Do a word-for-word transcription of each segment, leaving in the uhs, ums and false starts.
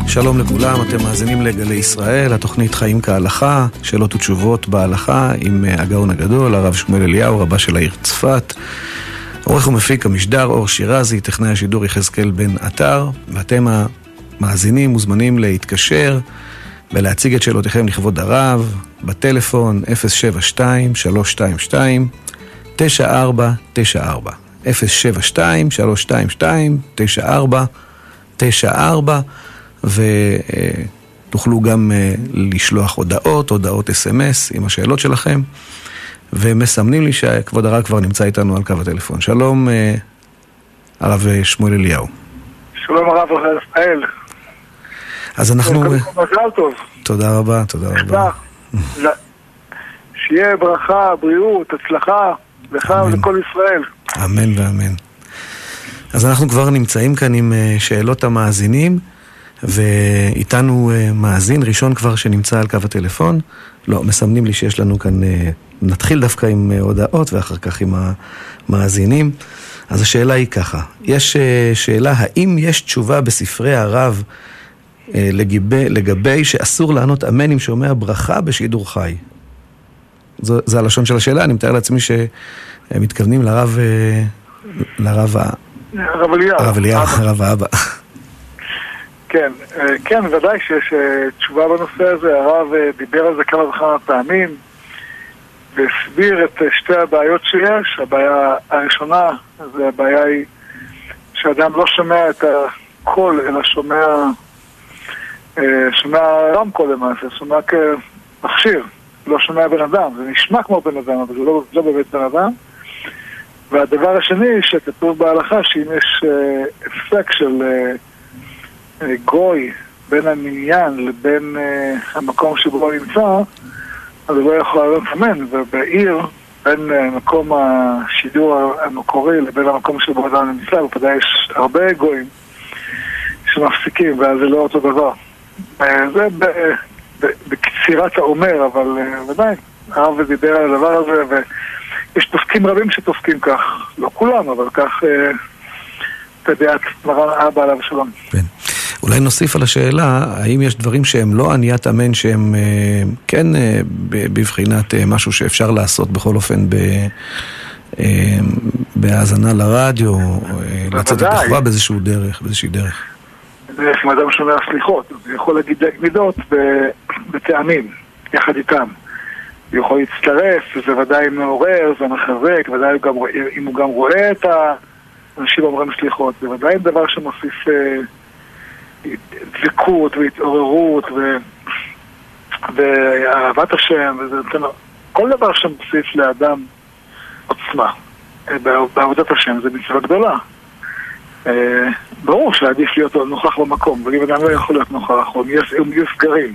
שלום לכולם, אתם מאזינים לגלי ישראל, התוכנית חיים כהלכה, שאלות ותשובות בהלכה עם הגאון הגדול, הרב שמואל אליהו, רבה של העיר צפת. עורך ומפיק המשדר אור שירזי, טכנאי השידור יחזקאל בן עטר, ואתם המאזינים מוזמנים להתקשר ולהציג את שאלותיכם לכבוד הרב בטלפון אפס שבע שתיים שלוש שתיים שתיים תשע ארבע תשע ארבע אפס שבע שתיים שלוש שתיים שתיים תשע ארבע תשע ארבע, ותוכלו גם לשלוח הודעות, הודעות אס אם אס עם השאלות שלכם, ומסמנים לי שכבוד הרב כבר נמצא איתנו על קו הטלפון. שלום הרב שמואל אליהו. שלום הרב רפאל. אז אנחנו... מזל טוב. תודה רבה, תודה רבה. שיהיה ברכה, בריאות, הצלחה, לך ולכל ישראל. אמן ואמן. אז אנחנו כבר נמצאים כאן עם שאלות המאזינים, ואיתנו מאזין ראשון כבר שנמצא על קו הטלפון. לא, מסמנים לי שיש לנו כאן, נתחיל דווקא עם הודעות ואחר כך עם המאזינים. אז השאלה היא ככה, יש שאלה, האם יש תשובה בספרי הרב לגבי, לגבי שאסור לענות אמן אם שומע ברכה בשידור חי? זו, זה הלשון של השאלה, אני מתאר לעצמי שמתכוונים לרב, לרב ה... הרב אליהו. הרב אליהו, הרב האבא. כן, כן, ודאי שיש תשובה בנושא הזה. הרב דיבר על זה כמה וכמה פעמים והסביר את שתי הבעיות שיש. הבעיה הראשונה, זה הבעיה היא שאדם לא שומע את הקול, אלא שומע שומע רמקול למעשה, שומע כמכשיר, לא שומע בן אדם. זה נשמע כמו בן אדם, אבל זה לא, לא באמת בן אדם. והדבר השני שכתוב בהלכה, שאם יש אפקט של גוי בין המניין לבין המקום שבו הוא נמצא, אז הוא לא יכול לעלות אמן. ובעיר, בין מקום השידור המקורי לבין המקום שבו אדם נמצא, ופדאי יש הרבה גויים שמפסיקים, ואז זה לא אותו דבר. זה בקצירת האומר, אבל ודאי, הרב דיבר על הדבר הזה, ויש פוסקים רבים שפוסקים כך, לא כולם, אבל כך תדעת מרן אבא עליו שלום. כן. אולי נוסיף על השאלה, האם יש דברים שהם לא עניית אמן, שהם כן בבחינת משהו שאפשר לעשות בכל אופן בהאזנה לרדיו, לצאת בכתובה באיזשהו דרך, באיזושהי דרך? אם אדם שומע סליחות, הוא יכול להגיד מידות בטעמים, יחד איתם. הוא יכול להצטרף, זה ודאי מעורר, זה מחזק, ודאי גם, אם הוא גם רואה את האנשים אומרים סליחות, זה ודאי דבר שמוסיף דבקות והתעוררות ו... ואהבת השם, וזה, כל דבר שמוסיף לאדם עוצמה בעבודת השם, זה מצווה גדולה. ברור שעדיף להיות נוכח במקום, אבל אם אדם לא יכול להיות נוכח, או יהיו סגרים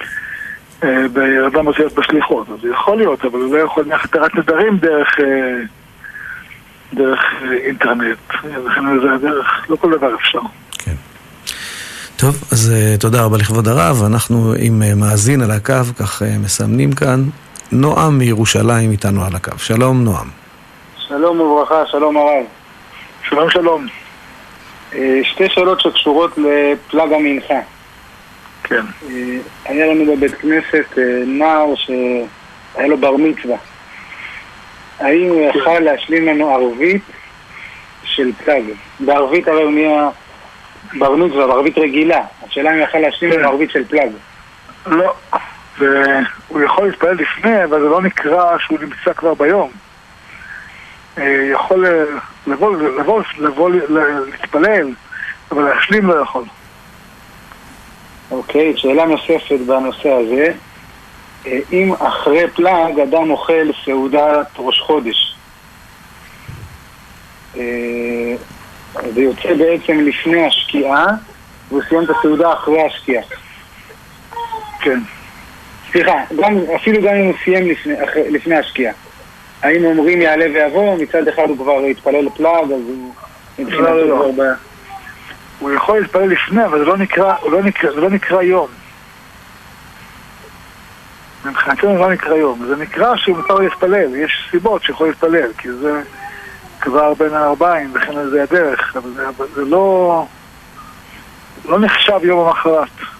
באדם עושה בשליחות, אז זה יכול להיות, אבל הוא לא יכול להחתרת נדרים דרך דרך אינטרנט, לכן זה הדרך, לא כל דבר אפשר. כן. טוב, אז תודה רבה לכבוד הרב, אנחנו עם מאזין על הקו, כך מסמנים כאן, נועם מירושלים איתנו על הקו. שלום נועם. שלום וברכה, שלום הרב. שלום שלום. שתי שאלות שקשורות לפלג המנחה. כן. היה לנו בבית כנסת נער שהיה לו בר מצווה. האם הוא יכל להשלים לנו ערבית של פלג? בערבית הרי הוא נהיה בר מצווה, בערבית רגילה. השאלה אם הוא יכל להשלים לנו ערבית של פלג. לא. והוא יכול להתפלל לפני, אבל זה לא נקרא שהוא נמצא כבר ביום. יכול לבוא, לבוא, לבוא, להתפלל, אבל להשלים לא יכול. אוקיי, שאלה נוספת בנושא הזה. אם אחרי פלג אדם אוכל סעודת ראש חודש, זה יוצא בעצם לפני השקיעה, והוא סיים את הסעודה אחרי השקיעה. כן. סליחה, גם, אפילו גם אם הוא סיים לפני, לפני השקיעה. האם אומרים יעלה ויבוא, מצד אחד הוא כבר יתפלל לפלג, אז הוא... לא, לא, לא. הוא יכול להתפלל לפני, אבל זה לא נקרא, לא נקרא, זה לא נקרא יום. מבחינתנו זה לא נקרא יום. זה נקרא שהוא מותר להתפלל. יש סיבות שיכול להתפלל, כי זה כבר בין הארבעים, וכן זה הדרך. אבל זה, זה לא... לא נחשב יום המחרת.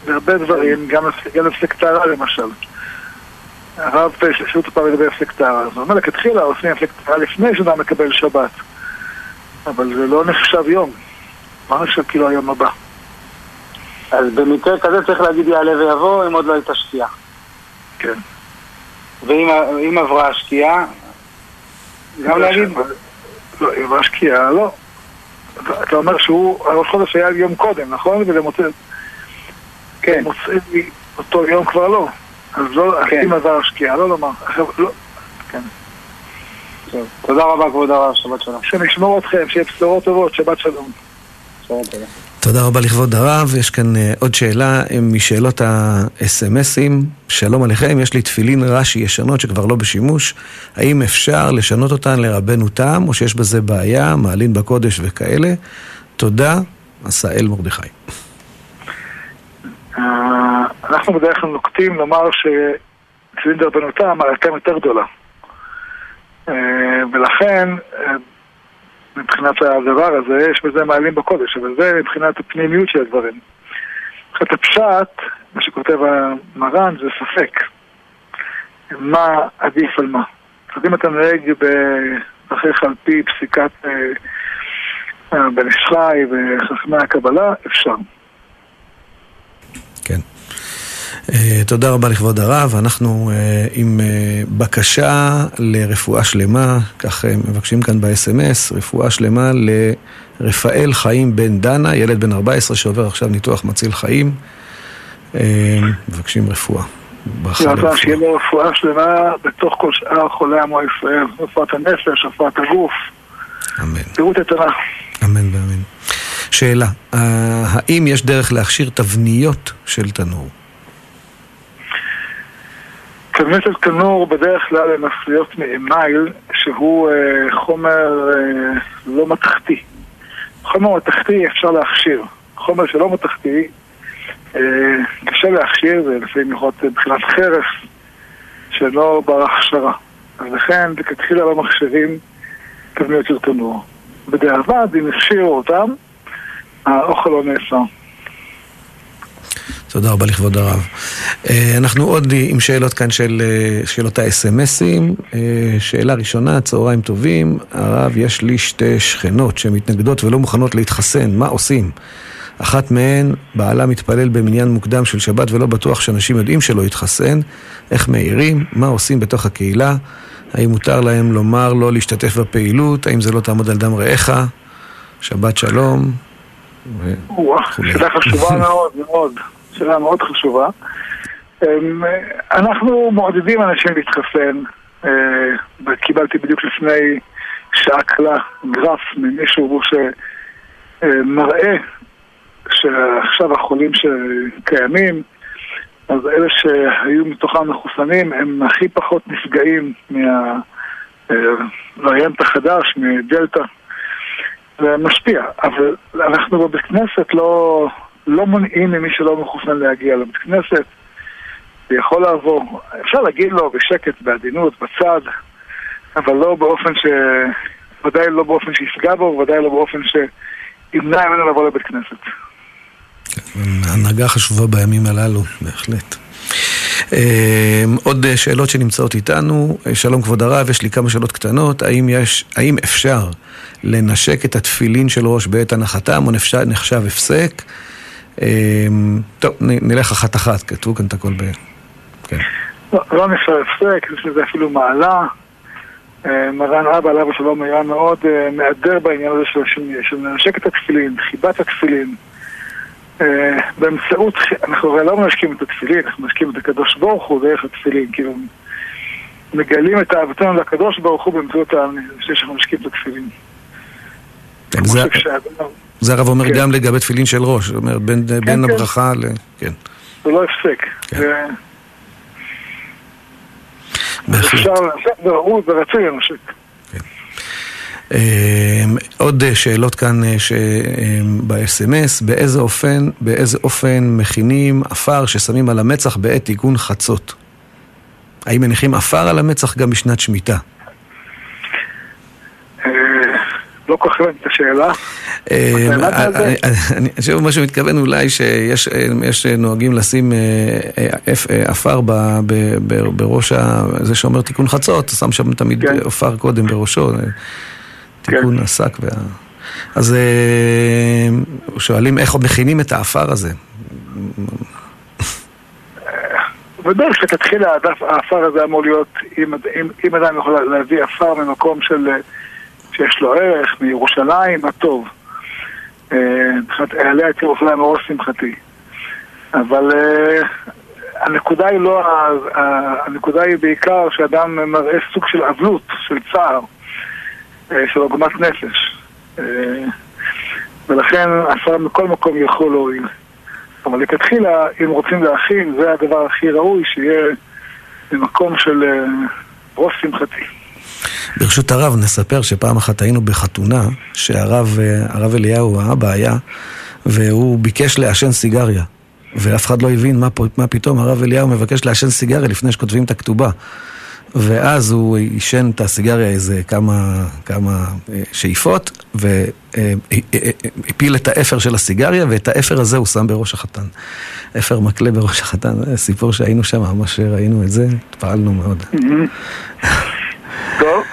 בהרבה דברים, גם הפסק טהרה למשל. הרב שאלו פעם לגבי הפסק טהרה, אז הוא אומר, לכתחילה עושים הפסק טהרה לפני שאדם מקבל שבת. אבל זה לא נחשב יום. מה נחשב כאילו היום הבא? אז במקרה כזה צריך להגיד יעלה ויבוא, אם עוד לא הייתה שקיעה. כן. ואם עברה השקיעה, גם להגיד? לא, אם עברה השקיעה, לא. אתה אומר שהוא, הראש חודש היה יום קודם, נכון? וזה מוצא... כן. מוצא לי אותו יום כבר לא. אז לא, אם עברה השקיעה, לא לומר. לא. כן. טוב. תודה רבה, כבוד הרב, שבת שלום. שנשמור אתכם, שיהיה בשורות טובות, שבת שלום. שבת שלום. תודה רבה לכבוד הרב. יש כאן uh, עוד שאלה משאלות ה-אס אם אסים. שלום עליכם, יש לי תפילין רש"י ישנות שכבר לא בשימוש. האם אפשר לשנות אותן לרבנו תם, או שיש בזה בעיה, מעלין בקודש וכאלה? תודה, עשאל מרדכי. Uh, אנחנו בדרך כלל נוקטים לומר שתפילין דרבנו תם מעלתם יותר גדולה. Uh, ולכן... Uh, מבחינת הדבר הזה, יש בזה מעלים בקודש, אבל זה מבחינת הפנימיות של הדברים. מבחינת הפשט, מה שכותב המרן זה ספק. מה עדיף על מה. אז אם אתה נוהג בכך על פי פסיקת בן איש חי וחכמי הקבלה, אפשר. כן. Uh, תודה רבה לכבוד הרב. אנחנו uh, עם uh, בקשה לרפואה שלמה, כך uh, מבקשים כאן ב-אס אם אס, רפואה שלמה לרפאל חיים בן דנה, ילד בן ארבע עשרה שעובר עכשיו ניתוח מציל חיים. uh, מבקשים רפואה. ברכה שיהיה לו רפואה שלמה בתוך כל שאר חולי עמו ישראל, רפואת הנפש, רפואת הגוף. אמן. פירוט יתרה. אמן ואמן. שאלה, uh, האם יש דרך להכשיר תבניות של תנור? תבניות של תנור בדרך כלל הן עשויות מאמייל, שהוא אה, חומר אה, לא מתכתי. חומר מתכתי אפשר להכשיר. חומר שלא מתכתי אה, קשה להכשיר, זה לפעמים יכול להיות מבחינת חרס שלא בר הכשרה. אז לכן כתחילה לא מכשירים תבניות של תנור. בדיעבד, אם הכשירו אותם, האוכל לא נעשה. תודה רבה לכבוד הרב. אנחנו עוד עם שאלות כאן של שאלות ה-אס אם אסים. שאלה ראשונה, צהריים טובים. הרב, יש לי שתי שכנות שמתנגדות ולא מוכנות להתחסן. מה עושים? אחת מהן, בעלה מתפלל במניין מוקדם של שבת ולא בטוח שאנשים יודעים שלא יתחסן. איך מהירים? מה עושים בתוך הקהילה? האם מותר להם לומר לא להשתתף בפעילות? האם זה לא תעמוד על דם רעך? שבת שלום. שאלה חשובה מאוד מאוד. שאלה מאוד חשובה. אנחנו מעודדים אנשים להתחסן. קיבלתי בדיוק לפני שעה קלה גרף ממישהו שמראה שעכשיו החולים שקיימים, אז אלה שהיו מתוכם מחוסנים הם הכי פחות נפגעים מהווריאנט החדש, מדלטה. זה משפיע, אבל אנחנו בבית כנסת לא... לא מונעים ממי שלא מחוסן להגיע לבית כנסת, זה יכול לעבור, אפשר להגיד לו בשקט, בעדינות, בצד, אבל לא באופן ש... ודאי לא באופן שיפגע בו, ודאי לא באופן שימנע ממנו לבוא לבית כנסת. הנהגה חשובה בימים הללו, בהחלט. עוד שאלות שנמצאות איתנו. שלום כבוד הרב, יש לי כמה שאלות קטנות. האם יש, האם אפשר לנשק את התפילין של ראש בעת הנחתם, או נחשב הפסק? טוב, נלך אחת אחת, כתבו כאן את הכל ב... לא נחשב הפסק, יש לזה אפילו מעלה. מרן אבא עליו השלום היה מאוד מעדר בעניין הזה של לנשק את התפילין, חיבת התפילין. באמצעות, אנחנו הרי לא מנשקים את התפילין, אנחנו מנשקים את הקדוש ברוך הוא דרך התפילין, כאילו מגלים את אהבתנו לקדוש ברוך הוא באמצעות שאנחנו מנשקים את התפילין. זה הרב אומר גם לגבי תפילין של ראש, זאת אומרת בין הברכה ל... כן. זה לא הפסק. אפשר לעשות ברעות ורצוי לנשק. עוד שאלות כאן ב-אס אם אס, באיזה אופן, באיזה אופן מכינים אפר ששמים על המצח בעת עיגון חצות? האם מניחים אפר על המצח גם בשנת שמיטה? לא לא כל כך הבנתי את השאלה. אני חושב מה שמתכוון אולי שיש נוהגים לשים אפר בראש זה שאומר תיקון חצות, שם שם תמיד אפר קודם בראשו, תיקון עסק. אז שואלים איך מכינים את האפר הזה. בדרך שתתחיל האפר הזה אמור להיות, אם אדם יכול להביא אפר ממקום של שיש לו ערך, מירושלים, הטוב. עליה את ירושלים מאוד שמחתי. אבל הנקודה היא לא, הנקודה היא בעיקר שאדם מראה סוג של אבלות, של צער, של עוגמת נפש. ולכן אפר מכל מקום יכול להועיל. אבל לכתחילה, אם רוצים להכין, זה הדבר הכי ראוי שיהיה במקום של ראש שמחתי. ברשות הרב נספר שפעם אחת היינו בחתונה שהרב הרב אליהו האבא היה והוא ביקש לעשן סיגריה ואף אחד לא הבין מה, מה פתאום הרב אליהו מבקש לעשן סיגריה לפני שכותבים את הכתובה ואז הוא ישן את הסיגריה איזה כמה, כמה שאיפות והפיל את האפר של הסיגריה ואת האפר הזה הוא שם בראש החתן אפר מקלה בראש החתן סיפור שהיינו שם ממש ראינו את זה התפעלנו מאוד טוב.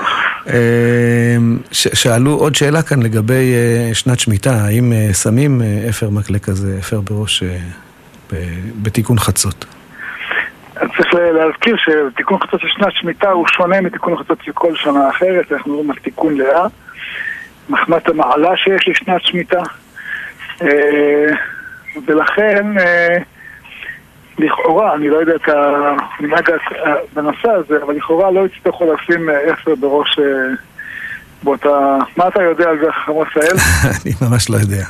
שאלו עוד שאלה כאן לגבי שנת שמיטה, האם שמים אפר מקלה כזה, אפר בראש בתיקון חצות? צריך להזכיר שתיקון חצות של שנת שמיטה הוא שונה מתיקון חצות של כל שנה אחרת, אנחנו רואים על תיקון לאה, מחמת המעלה שיש לשנת שמיטה, ולכן לכאורה, אני לא יודע את המנהג בנושא הזה, אבל לכאורה לא יצטרכו לשים אפר בראש באותה... מה אתה יודע על זה, חכם רפאל? אני ממש לא יודע.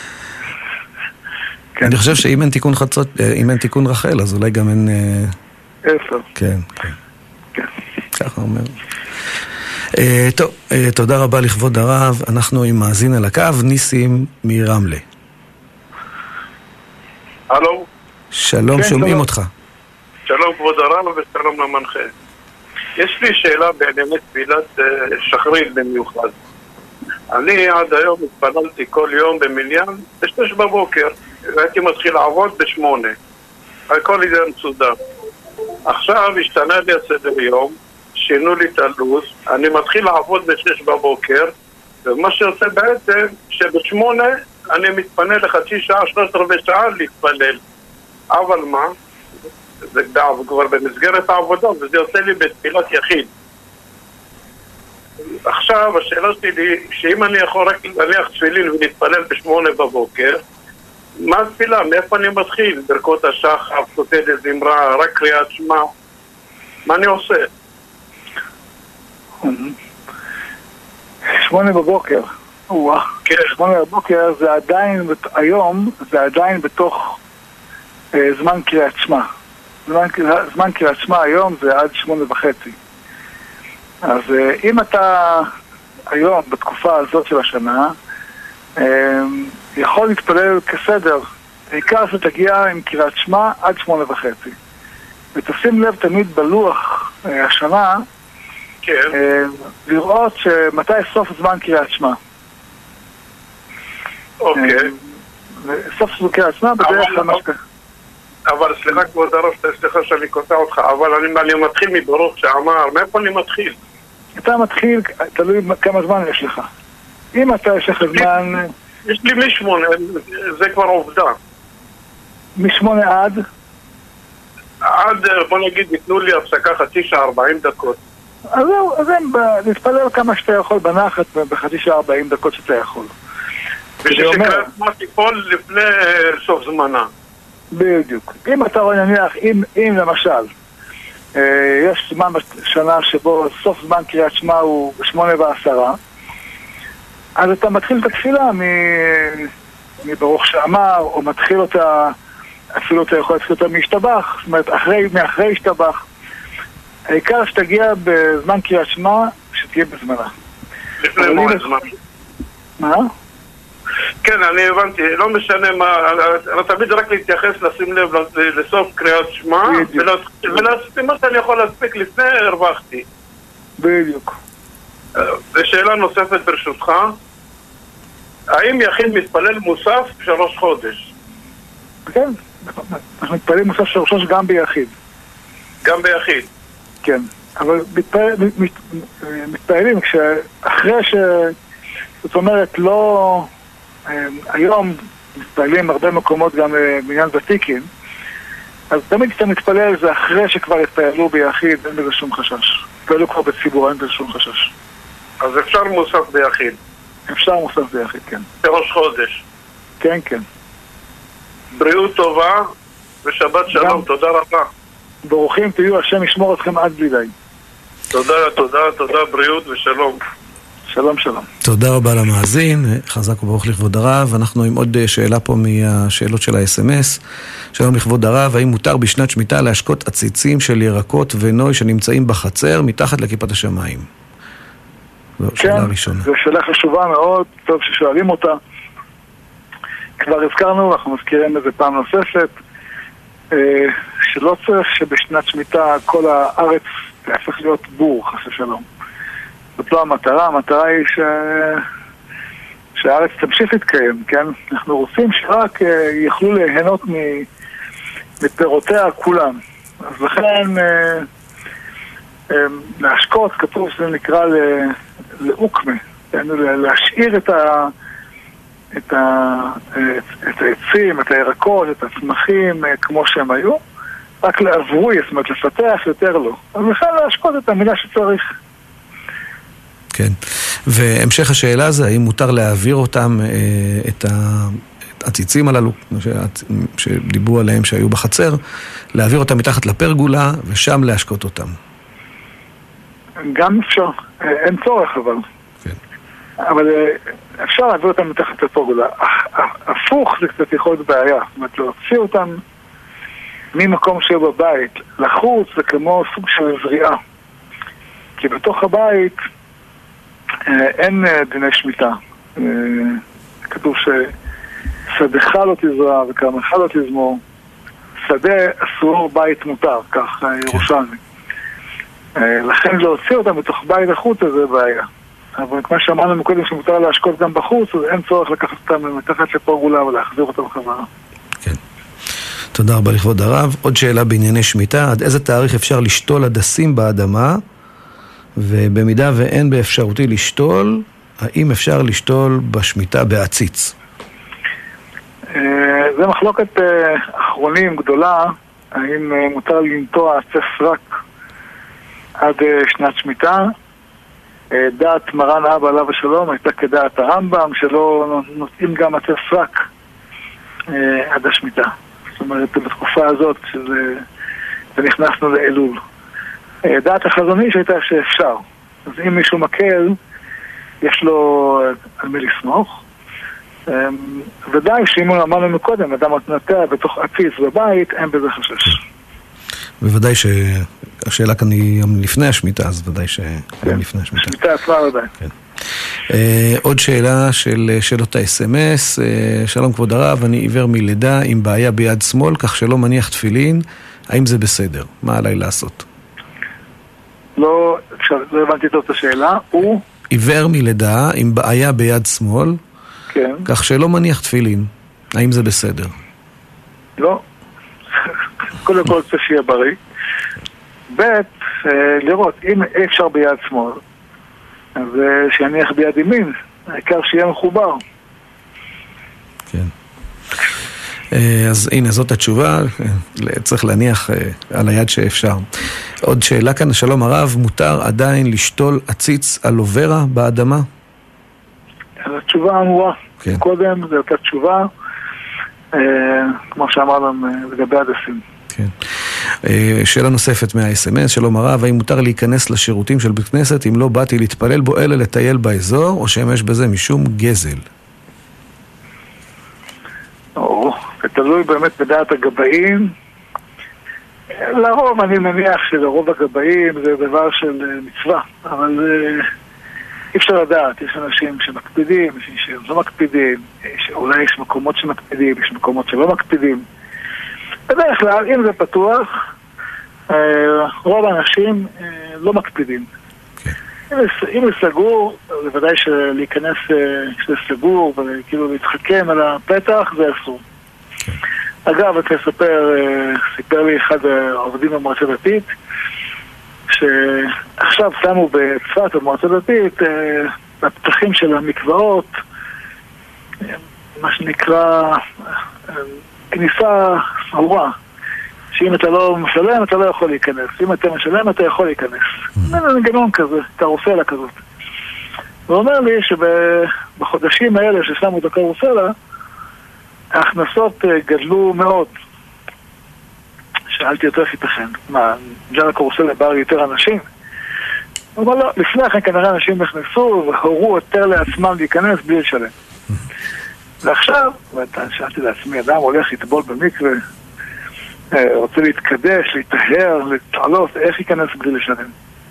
אני חושב שאם אין תיקון חצות, אם אין תיקון רחל, אז אולי גם אין... אפר. כן, כן. ככה אומר. טוב, תודה רבה לכבוד הרב. אנחנו עם מאזין על הקו, ניסים מרמלה. הלו? שלום, כן, שומעים שלום. אותך. שלום כבוד הרב ושלום למנחה. יש לי שאלה בענייני תפילת שחרית במיוחד. אני עד היום התפללתי כל יום במניין בשש בבוקר. הייתי מתחיל לעבוד בשמונה. הכל זה מסודר. עכשיו השתנה לי הסדר יום, שינו לי את הלו"ז, אני מתחיל לעבוד בשש בבוקר, ומה שעושה בעצם שבשמונה אני מתפנה לחצי שעה, שלושת רבעי שעה להתפלל. אבל מה? זה כבר במסגרת העבודה, וזה יוצא לי בתפילת יחיד. עכשיו, השאלה שלי, שאם אני יכול רק להניח תפילין ולהתפלל בשמונה בבוקר, מה התפילה? מאיפה אני מתחיל? ברכות השחר, פסוקי דזמרה, רק קריאת שמע? מה אני עושה? שמונה בבוקר. כן. שמונה בבוקר זה עדיין, היום, זה עדיין בתוך אה, זמן קריאת שמע. זמן, זמן קריאת שמע היום זה עד שמונה וחצי. אז אה, אם אתה היום, בתקופה הזאת של השנה, אה, יכול להתפלל כסדר. העיקר שתגיע עם קריאת שמע עד שמונה וחצי. ותשים לב תמיד בלוח אה, השנה, כן. אה, לראות שמתי סוף זמן קריאת שמע. אוקיי. אה, סוף זמן קריאת שמע בדרך כלל מה שכך. אבל סליחה כבוד הרב, סליחה שאני קוטע אותך, אבל אני, אני מתחיל מברוך שאמר, מאיפה אני מתחיל? אתה מתחיל, תלוי כמה זמן יש לך. אם אתה יש לך זמן... יש לי משמונה, זה כבר עובדה. משמונה עד? עד, בוא נגיד, ייתנו לי הפסקה חצי שעה ארבעים דקות. אז זהו, אז הם להתפלל כמה שאתה יכול בנחת בחצי שעה ארבעים דקות שאתה יכול. וששקראת מה תיפול לפני סוף זמנה. בדיוק. אם אתה רואה נניח, אם, אם למשל, יש זמן בשנה שבו סוף זמן קריאת שמע הוא בשמונה ועשרה, אז אתה מתחיל את התפילה מברוך שאמר, או מתחיל אותה, אפילו אתה יכול להתחיל אותה מהשתבח, זאת אומרת, אחרי, מאחרי השתבח. העיקר שתגיע בזמן קריאת שמע, שתהיה בזמנה. לפני מועד זמן. מה? כן, אני הבנתי, לא משנה מה, אני תמיד רק להתייחס, לשים לב לסוף קריאת שמע, ולהספיק מה שאני יכול להספיק לפני, הרווחתי. בדיוק. ושאלה נוספת ברשותך, האם יחיד מתפלל מוסף שלוש חודש? כן, אנחנו מתפללים מוסף שלוש חודש גם ביחיד. גם ביחיד? כן, אבל מתפלל, מת, מתפללים כשאחרי ש... זאת אומרת, לא... היום מתפללים הרבה מקומות גם בעניין ותיקים, אז תמיד כשאתה מתפלל זה אחרי שכבר התפללו ביחיד, אין בזה שום חשש. התפללו כבר בציבור, אין בזה שום חשש. אז אפשר מוסף ביחיד? אפשר מוסף ביחיד, כן. שלוש חודש? כן, כן. בריאות טובה ושבת שלום, גם... תודה רבה. ברוכים תהיו, השם ישמור אתכם עד בלי די. תודה, תודה, תודה, בריאות ושלום. שלום, שלום. תודה רבה למאזין, חזק וברוך לכבוד הרב. אנחנו עם עוד שאלה פה מהשאלות של ה-אס אם אס. שלום לכבוד הרב, האם מותר בשנת שמיטה להשקות עציצים של ירקות ונוי שנמצאים בחצר מתחת לכיפת השמיים? זו שאלה ראשונה. זו שאלה חשובה מאוד, טוב ששואלים אותה. כבר הזכרנו, אנחנו מזכירים את זה פעם נוספת, שלא צריך שבשנת שמיטה כל הארץ תהפך להיות בור, חס ושלום. זאת לא המטרה, המטרה היא ש... שהארץ תמשיך להתקיים, כן? אנחנו רוצים שרק יוכלו ליהנות מ... מפירותיה כולם. אז לכן אה, אה, להשקות, כתוב שזה נקרא ל... לאוקמה, כן? להשאיר את, ה... את, ה... את העצים, את הירקות, את הצמחים כמו שהם היו, רק לעברו, זאת אומרת, לפתח יותר לא. אז לכן להשקות את המילה שצריך. כן, והמשך השאלה זה, האם מותר להעביר אותם, את העציצים הללו, שדיברו עליהם שהיו בחצר, להעביר אותם מתחת לפרגולה, ושם להשקות אותם? גם אפשר, אין צורך אבל. כן. אבל אפשר להעביר אותם מתחת לפרגולה. הפוך זה קצת יכול להיות בעיה, זאת אומרת, להוציא אותם ממקום שהוא בבית, לחוץ זה כמו סוג של זריעה. כי בתוך הבית, אין דיני שמיטה. כתוב ששדך לא תזרע וכרמך לא תזמור. שדה אסור, בית מותר, כך ירושלמי. לכן להוציא אותם בתוך בית החוץ זה בעיה. אבל כמו שאמרנו קודם שמותר להשקות גם בחוץ, אז אין צורך לקחת אותם מתחת לפרגולה ולהחזיר אותם חזרה. כן. תודה רבה לכבוד הרב. עוד שאלה בענייני שמיטה, עד איזה תאריך אפשר לשתול הדסים באדמה? ובמידה ואין באפשרותי לשתול, האם אפשר לשתול בשמיטה בעציץ? זה מחלוקת אחרונים גדולה, האם מותר לנטוע עצי סרק עד שנת שמיטה. דעת מרן אבא עליו השלום הייתה כדעת הרמב"ם, שלא נוטעים גם עצי סרק עד השמיטה. זאת אומרת, בתקופה הזאת שזה, ונכנסנו לאלול. דעת החזון איש הייתה שאפשר. אז אם מישהו מקל, יש לו על מי לסמוך. ודאי שאם הוא אמר לנו קודם, אדם מתנתע בתוך עציץ בבית, אין בזה חשש. בוודאי שהשאלה כאן היא לפני השמיטה, אז ודאי שגם לפני השמיטה. השמיטה עצמה ודאי. עוד שאלה של שאלות ה-אס אם אס. שלום כבוד הרב, אני עיוור מלידה עם בעיה ביד שמאל, כך שלא מניח תפילין. האם זה בסדר? מה עליי לעשות? לא, לא הבנתי את השאלה. הוא? עיוור מלידה עם בעיה ביד שמאל, כן. כך שלא מניח תפילין. האם זה בסדר? לא. קודם כל צריך שיהיה בריא. ב' לראות, אם אי אפשר ביד שמאל, אז שיניח ביד ימין. העיקר שיהיה מחובר. כן. אז הנה, זאת התשובה, צריך להניח על היד שאפשר. עוד שאלה כאן, שלום הרב, מותר עדיין לשתול עציץ אלוברה באדמה? התשובה אמורה. כן. קודם זו אותה תשובה, כמו שאמרנו לגבי הדסים. כן. שאלה נוספת מה-אס אם אס, שלום הרב, האם מותר להיכנס לשירותים של בית כנסת אם לא באתי להתפלל בו אלא לטייל באזור, או שיש בזה משום גזל? או, זה תלוי באמת בדעת הגבאים. לרוב אני מניח שלרוב הגבאים זה דבר של מצווה, אבל אי אפשר לדעת, יש אנשים שמקפידים, יש אנשים שלא מקפידים, אולי יש מקומות שמקפידים, יש מקומות שלא מקפידים. בדרך כלל, אם זה פתוח, רוב האנשים לא מקפידים. אם זה סגור, בוודאי שלהיכנס כשזה סגור וכאילו להתחכם על הפתח זה אסור. אגב, אני אספר, סיפר לי אחד העובדים במועצה דתית שעכשיו שמו בצפת במועצה דתית בפתחים של המקוואות מה שנקרא כניסה סגורה, שאם אתה לא משלם אתה לא יכול להיכנס, אם אתה משלם אתה יכול להיכנס. זה מנגנון כזה, קרוסלה כזאת. הוא אומר לי שבחודשים האלה ששמו את הקרוסלה ההכנסות גדלו מאוד. שאלתי יותר איך ייתכן, מה, בגלל הקרוסלה באו יותר אנשים? הוא אומר לא, לפני כן כנראה אנשים נכנסו והורו יותר לעצמם להיכנס בלי לשלם. ועכשיו, שאלתי לעצמי, אדם הולך לטבול במקווה, רוצה להתקדש, להתאהר, להתעלות, איך ייכנס בלי לשלם?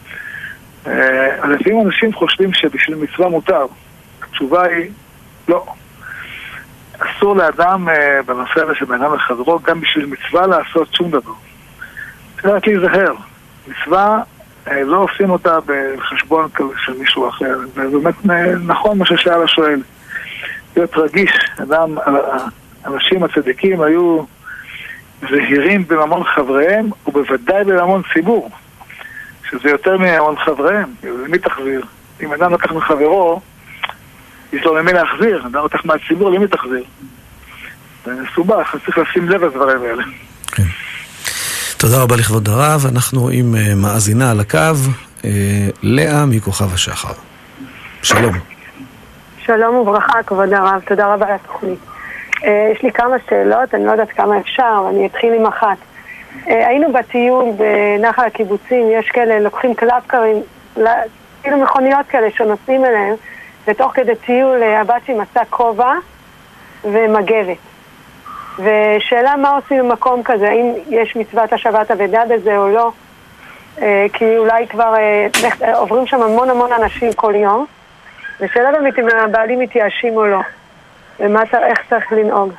לפעמים אנשים חושבים שבשביל מצווה מותר. התשובה היא, לא. אסור לאדם בנושא הזה שבאדם לחזרו, גם בשביל מצווה לעשות שום דבר. צריך להיזהר. מצווה לא עושים אותה בחשבון של מישהו אחר. זה באמת נכון מה ששאל השואל. להיות רגיש, אדם, אנשים הצדיקים היו זהירים בממון חבריהם ובוודאי בממון ציבור, שזה יותר מממון חבריהם. למי תחזיר? אם אדם לקח מחברו, יש לו למי להחזיר, אדם לקח מהציבור, למי תחזיר? זה מסובך, צריך לשים לב לדברים האלה. כן. תודה רבה לכבוד הרב, אנחנו עם מאזינה על הקו, לאה מכוכב השחר. שלום. שלום וברכה, כבוד הרב, תודה רבה על התוכנית. יש לי כמה שאלות, אני לא יודעת כמה אפשר, אני אתחיל עם אחת. היינו בטיול בנחל הקיבוצים, יש כאלה, לוקחים קלאפקרים, כאילו מכוניות כאלה שנוסעים אליהם, ותוך כדי טיול הבת שלי מצא כובע ומגבת. ושאלה מה עושים במקום כזה, האם יש מצוות השבת אבדה בזה או לא, כי אולי כבר עוברים שם המון המון אנשים כל יום, ושאלה באמת אם הבעלים מתייאשים או לא. ומה, איך צריך לנהוג?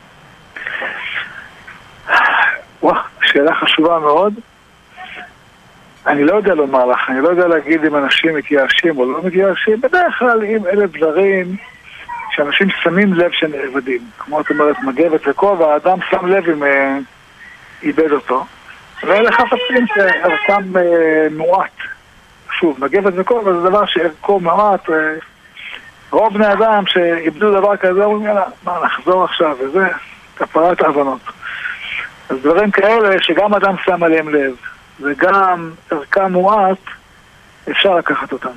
וואו, שאלה חשובה מאוד. אני לא יודע לומר לך, אני לא יודע להגיד אם אנשים מתייאשים או לא מתייאשים. בדרך כלל אם אלה דברים שאנשים שמים לב שנאבדים. כמו את אומרת, מגבת וכובע, האדם שם לב אם אה, איבד אותו. ואלה חפצים שערכם אה, מועט. שוב, מגבת וכובע זה דבר שערכו מועט. אה, רוב בני אדם שאיבדו דבר כזה, אומרים, יאללה, מה, נחזור עכשיו, וזה, כפרת ההבנות. אז דברים כאלה שגם אדם שם עליהם לב, וגם ערכם מועט, אפשר לקחת אותם.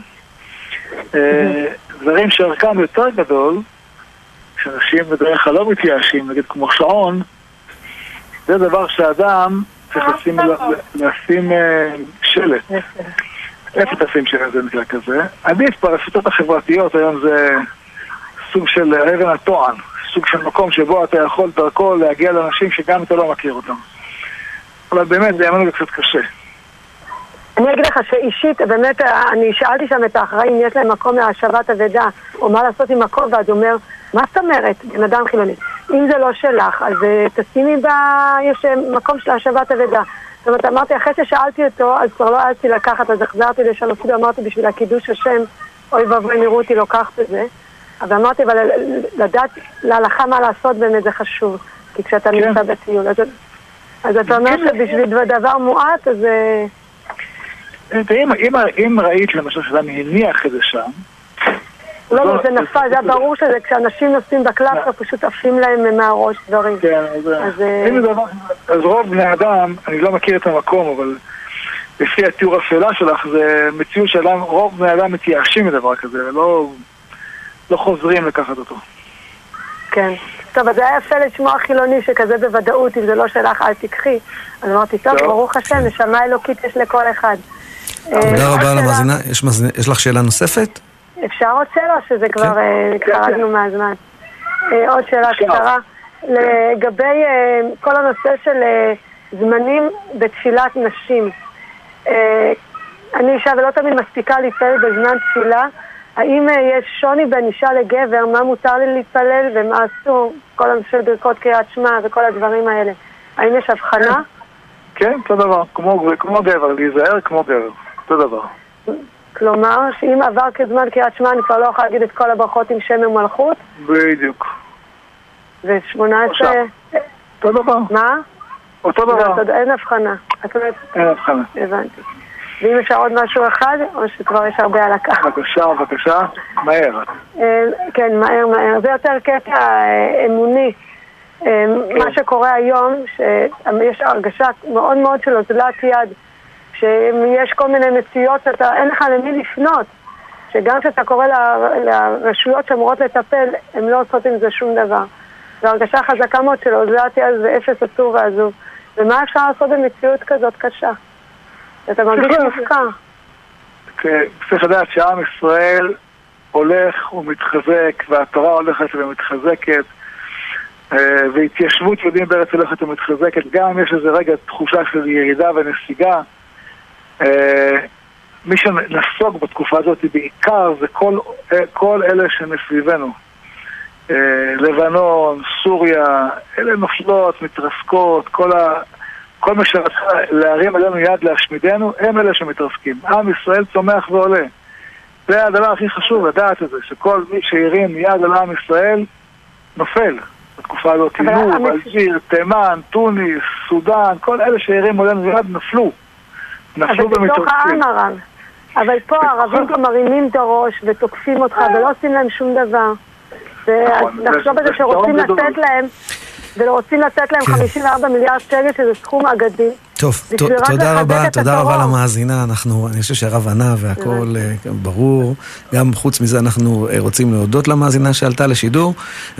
דברים שערכם יותר גדול, שאנשים בדרך כלל לא מתייאשים, נגיד כמו שעון, זה דבר שאדם צריך לשים, לשים שלט. איפה תשים שלט זה מקרה כזה? עדיף ברשתות החברתיות, היום זה סוג של אבן הטוען, סוג של מקום שבו אתה יכול דרכו להגיע לאנשים שגם אתה לא מכיר אותם. אבל באמת זה יאמנו קצת קשה. אני אגיד לך שאישית, באמת, אני שאלתי שם את האחראים, יש להם מקום להשבת אבדה, או מה לעשות עם הכובע, אז הוא אומר, מה זאת אומרת, בן אדם חילוני? אם זה לא שלך, אז תשימי ב... יש מקום של השבת אבדה. זאת אומרת, אמרתי, אחרי ששאלתי אותו, אז כבר לא העזתי לקחת, אז החזרתי לשם, אפילו אמרתי בשביל הקידוש השם, אוי ואבוי נראו אותי לוקחת את זה. אז אמרתי, אבל לדעת להלכה מה לעשות באמת זה חשוב, כי כשאתה כן. נמצא בטיול. אז, אז אתה אומר שבשביל דבר מועט, אז... אם, אם, אם ראית למשל שאתה הניח את זה שם... לא, לא, זה נפל, זה ברור שזה כשאנשים נוסעים בקלאפקה פשוט עפים להם מהראש דברים. כן, אז רוב בני אדם, אני לא מכיר את המקום, אבל לפי התיאור השאלה שלך, זה מציאות שרוב בני אדם מתייאשים מדבר כזה, ולא חוזרים לקחת אותו. כן. טוב, אז זה היה יפה לשמוע חילוני שכזה בוודאות, אם זה לא שלך, אל תיקחי. אז אמרתי, טוב, ברוך השם, נשמה אלוקית יש לכל אחד. תודה רבה למאזינה. יש לך שאלה נוספת? אפשר עוד שאלה, שזה כבר חרגנו מהזמן. עוד שאלה קצרה. לגבי כל הנושא של זמנים בתפילת נשים. אני אישה ולא תמיד מספיקה להתפלל בזמן תפילה. האם יש שוני בין אישה לגבר, מה מותר לי להתפלל ומה אסור? כל הנושא של ברכות קריאת שמע וכל הדברים האלה. האם יש הבחנה? כן, אותו דבר. כמו גבר, להיזהר כמו גבר. אותו דבר. כלומר, שאם עבר כזמן קריאת שמע, אני כבר לא יכולה להגיד את כל הברכות עם שם ומלכות? בדיוק. ו-שמונה עשרה... אותו דבר. מה? אותו דבר. אין הבחנה. אין הבחנה. הבנתי. ואם אפשר עוד משהו אחד, או שכבר יש הרבה על הקו? בבקשה, בבקשה, מהר. כן, מהר, מהר. זה יותר קטע אמוני. מה שקורה היום, שיש הרגשה מאוד מאוד של אוזלת יד, שיש כל מיני מציאות שאתה, אין לך למי לפנות, שגם כשאתה קורא לרשויות שאמורות לטפל, הן לא עושות עם זה שום דבר. זו הרגשה חזקה מאוד של אוזלת יד, זה אפס עצוב ועזוב. ומה אפשר לעשות במציאות כזאת קשה? אתה מרגיש מופקר. צריך לדעת שעם ישראל הולך ומתחזק, והתורה הולכת ומתחזקת, והתיישבות יהודים בארץ הולכת ומתחזקת. גם יש איזה רגע תחושה של ירידה ונסיגה. מי שנסוג בתקופה הזאת בעיקר זה כל, כל אלה שמסביבנו. לבנון, סוריה, אלה נופלות, מתרסקות, כל ה... כל מה שרצה להרים עלינו יד להשמידנו, הם אלה שמתרסקים. עם ישראל צומח ועולה. זה הדבר הכי חשוב, לדעת את זה, שכל מי שירים יד על עם ישראל, נופל. בתקופה הזאת, לוב, אלג'יר, תימן, טוניס, סודן, כל אלה שירים עלינו יד נפלו. נפלו ומתרסקים. אבל בתוך העם הרב. אבל פה הערבים כבר מרימים את הראש ותוקפים אותך ולא עושים להם שום דבר. ונחשוב בזה שרוצים לתת להם ורוצים לתת להם חמישים וארבעה מיליארד שקל, שזה סכום אגדי. טוב, תודה רבה, תודה רבה למאזינה. אנחנו, אני חושב שהרב ענה והכל ברור. גם חוץ מזה אנחנו רוצים להודות למאזינה שעלתה לשידור,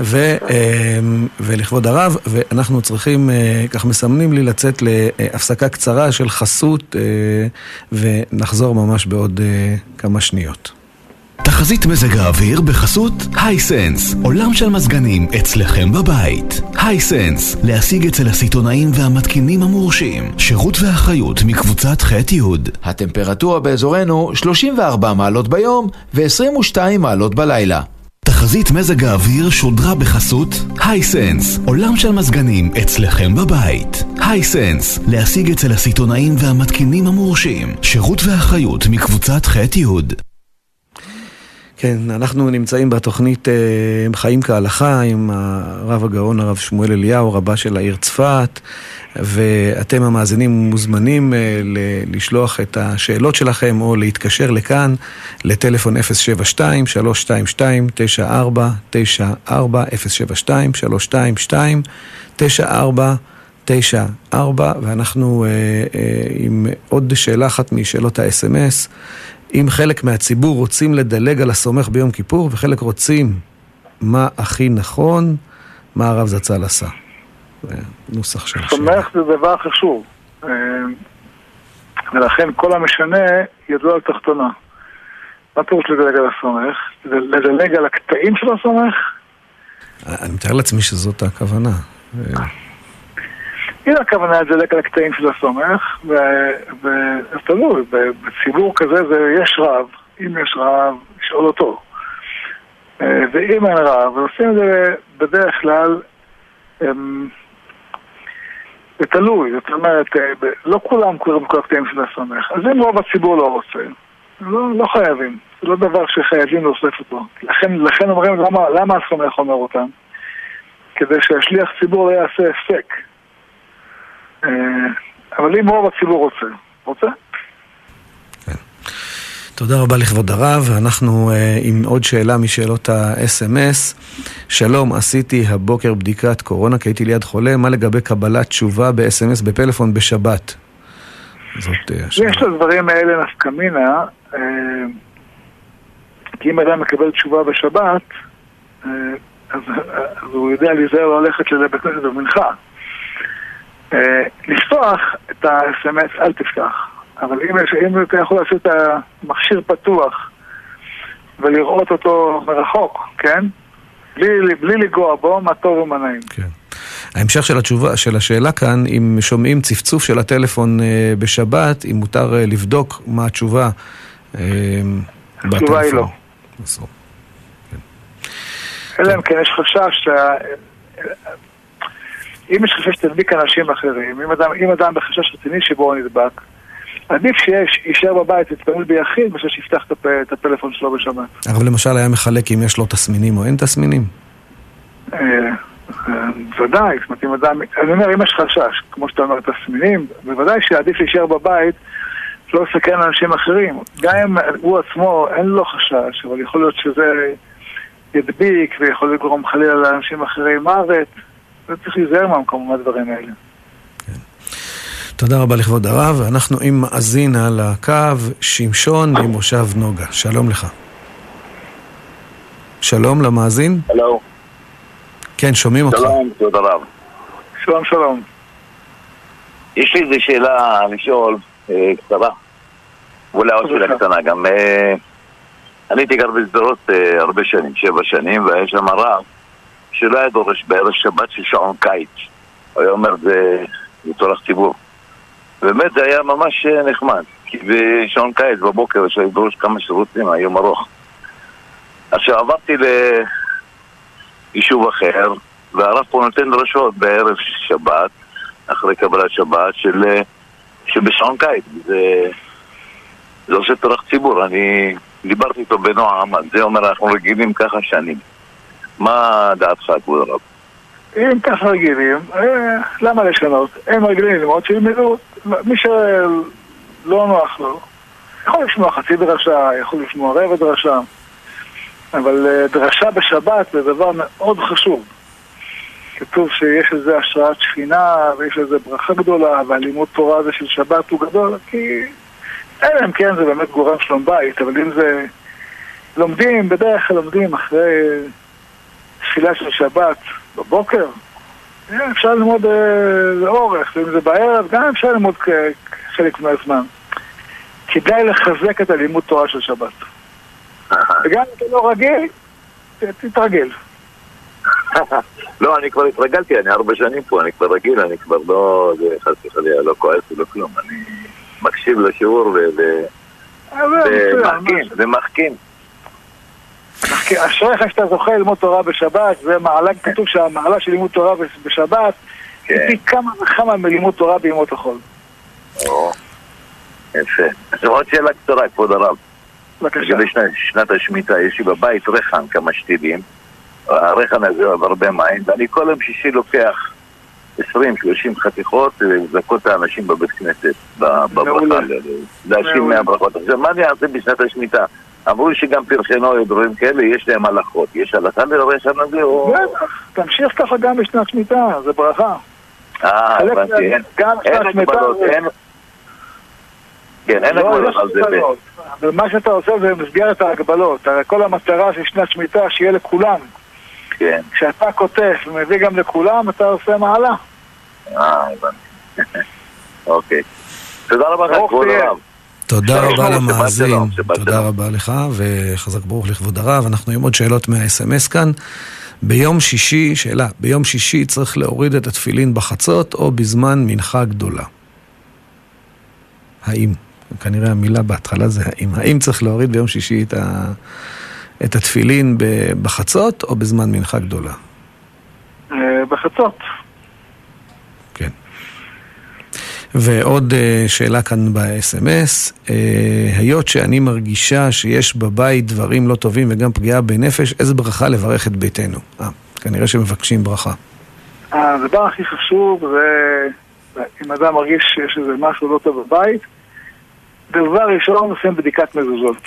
ולכבוד הרב, ואנחנו צריכים, כך מסמנים לי, לצאת להפסקה קצרה של חסות, ונחזור ממש בעוד כמה שניות. תחזית מזג האוויר בחסות הייסנס, עולם של מזגנים אצלכם בבית. הייסנס, להשיג אצל הסיטונאים והמתקינים המורשים. שירות ואחריות מקבוצת ח' יוד. הטמפרטורה באזורנו שלושים וארבע מעלות ביום ו-עשרים ושתיים מעלות בלילה. תחזית מזג האוויר שודרה בחסות הייסנס, עולם של מזגנים אצלכם בבית. הייסנס, להשיג אצל הסיטונאים והמתקינים המורשים. שירות ואחריות מקבוצת ח' יוד. כן, אנחנו נמצאים בתוכנית חיים כהלכה עם הרב הגאון, הרב שמואל אליהו, רבה של העיר צפת, ואתם המאזינים מוזמנים לשלוח את השאלות שלכם או להתקשר לכאן לטלפון אפס שבע שתיים שלוש שתיים שתיים תשע ארבע תשע ארבע, אפס שבע שתיים שלוש שתיים שתיים תשע ארבע תשע ארבע, ואנחנו עם עוד שאלה אחת משאלות ה-אס אם אס. אם חלק מהציבור רוצים לדלג על הסומך ביום כיפור, וחלק רוצים מה הכי נכון, מה הרב זצ"ל עשה? זה נוסח של השאלה. סומך זה דבר חשוב. ולכן כל המשנה ידוע על תחתונה. מה פירוש לדלג על הסומך? לדלג על הקטעים של הסומך? אני מתאר לעצמי שזאת הכוונה. הנה הכוונה לדלג על הקטעים של הסומך, ותלוי, בציבור כזה יש רב, אם יש רב, לשאול אותו. ואם אין רב, ועושים את זה בדרך כלל, זה תלוי, זאת אומרת, לא כולם קוראים כל הקטעים של הסומך, אז אם רוב הציבור לא רוצה, לא, לא חייבים, זה לא דבר שחייבים להוסיף אותו. לכן, לכן אומרים, למה, למה הסומך אומר אותם? כדי שהשליח ציבור לא יעשה הפסק. אבל אם רוב הציבור רוצה, רוצה? כן. תודה רבה לכבוד הרב. אנחנו עם עוד שאלה משאלות ה-אס אם אס. שלום, עשיתי הבוקר בדיקת קורונה כי הייתי ליד חולה. מה לגבי קבלת תשובה ב-אס אם אס בפלאפון בשבת? זאת השאלה. יש לדברים האלה נפקמינה, כי אם אדם מקבל תשובה בשבת, אז הוא יודע להיזהר לא ללכת לבית כנסת במנחה. לפתוח את ה-אס אם אס אל תפתח, אבל אם, אם אתה יכול לעשות את המכשיר פתוח ולראות אותו מרחוק, כן? בלי, בלי לגוע בו, מה טוב ומה נעים. כן. ההמשך של התשובה, של השאלה כאן, אם שומעים צפצוף של הטלפון אה, בשבת, אם מותר אה, לבדוק מה התשובה אה, בטלפון. התשובה היא לא. בסדר. כן. אלא אם כן יש חשש שה... אם יש חשש שתדביק אנשים אחרים, אם אדם, אם אדם בחשש רציני שבו הוא נדבק, עדיף שישאר בבית, יתפלל ביחיד, בשביל שיפתח את הפלאפון שלו בשבת. אבל למשל היה מחלק אם יש לו תסמינים או אין תסמינים? ודאי, זאת אומרת, אני אומר, אם יש חשש, כמו שאתה אומר, תסמינים, בוודאי שעדיף להישאר בבית, לא לסכן לאנשים אחרים. גם אם הוא עצמו, אין לו חשש, אבל יכול להיות שזה ידביק, ויכול לגרום חלילה לאנשים אחרים מוות, וצריך להיזהר מהמקום מהדברים האלה. תודה רבה לכבוד הרב, ואנחנו עם מאזין על הקו, שמשון ממושב נוגה. שלום לך. שלום למאזין. שלום. כן, שומעים אותך. שלום, כבוד הרב. שלום, שלום. יש לי איזו שאלה לשאול, אה, קצרה. ואולי עוד שאלה קטנה גם. אה, אני הייתי גר בסדרות אה, הרבה שנים, שבע שנים, והיה שם רב שלא היה דורש בערב שבת של שעון קיץ. הוא היה אומר, זה לצורך ציבור. באמת זה היה ממש נחמד, כי בשעון קיץ בבוקר יש לי דורש כמה שירותים, היום ארוך. עכשיו עברתי ליישוב אחר, והרב פה נותן דרשות בערב שבת, אחרי קבלת שבת, של, שבשעון קיץ. זה, זה עושה תורך ציבור. אני דיברתי איתו בנועם, זה אומר אנחנו רגילים ככה שנים. מה דעתך, כבוד הרב? אם ככה רגילים, למה לשנות? הם רגילים ללמוד שילמדו, מי שלא נוח לו, יכול לשמוע חצי דרשה, יכול לשמוע רבע דרשה, אבל דרשה בשבת זה דבר מאוד חשוב. כתוב שיש איזו השראת שכינה ויש איזו ברכה גדולה, והלימוד תורה הזה של שבת הוא גדול, כי אין להם כן, זה באמת גורם שלום בית, אבל אם זה לומדים, בדרך כלל לומדים אחרי תפילה של שבת בבוקר, אפשר ללמוד לאורך, ואם זה בערב, גם אפשר ללמוד חלק מהזמן. כדאי לחזק את הלימוד תורה של שבת. וגם אם אתה לא רגיל, תתרגל. לא, אני כבר התרגלתי, אני ארבע שנים פה, אני כבר רגיל, אני כבר לא, זה חצי חליה, לא כועס ולא כלום, אני מקשיב לשיעור ומחכים, ומחכים. אשריך שאתה זוכה ללמוד תורה בשבת, זה מעלה, כתוב שהמעלה של לימוד תורה בשבת היא כמה וכמה מלימוד תורה בימות החול. או, יפה. אז עוד שאלה קצרה, כבוד הרב. בבקשה. בשנת השמיטה יש לי בבית רחן כמה שתילים, הרחן הזה הוא הרבה מים, ואני כל יום שישי לוקח עשרים שלושים חתיכות ולזכות האנשים בבית כנסת, בברכה, להשיב מהברכות. עכשיו, מה אני אעשה בשנת השמיטה? אמרו שגם פרשנו ידורים כאלה, יש להם הלכות. יש הלכה לרשן הזה או... תמשיך ככה גם בשנת שמיטה, זה ברכה. אה, הבנתי, אין הגבלות, אין... כן, אין הגבלות על זה. ומה שאתה עושה זה במסגרת ההגבלות. הרי כל המטרה של שנת שמיטה שיהיה לכולם. כן. כשאתה כותב ומביא גם לכולם, אתה עושה מעלה. אה, הבנתי. אוקיי. תודה רבה לך, כבוד הרב. תודה רבה למאזין, תודה רבה לך, וחזק ברוך לכבוד הרב. אנחנו עם עוד שאלות מה-אס אם אס כאן. ביום שישי, שאלה, ביום שישי צריך להוריד את התפילין בחצות או בזמן מנחה גדולה? האם? כנראה המילה בהתחלה זה האם. האם צריך להוריד ביום שישי את, ה... את התפילין בחצות או בזמן מנחה גדולה? בחצות. כן. ועוד שאלה כאן ב-אס אם אס, היות שאני מרגישה שיש בבית דברים לא טובים וגם פגיעה בנפש, איזה ברכה לברך את ביתנו? אה, כנראה שמבקשים ברכה. הדבר הכי חשוב זה, אם אדם מרגיש שיש איזה משהו לא טוב בבית, דבר ראשון עושים בדיקת מזוזות.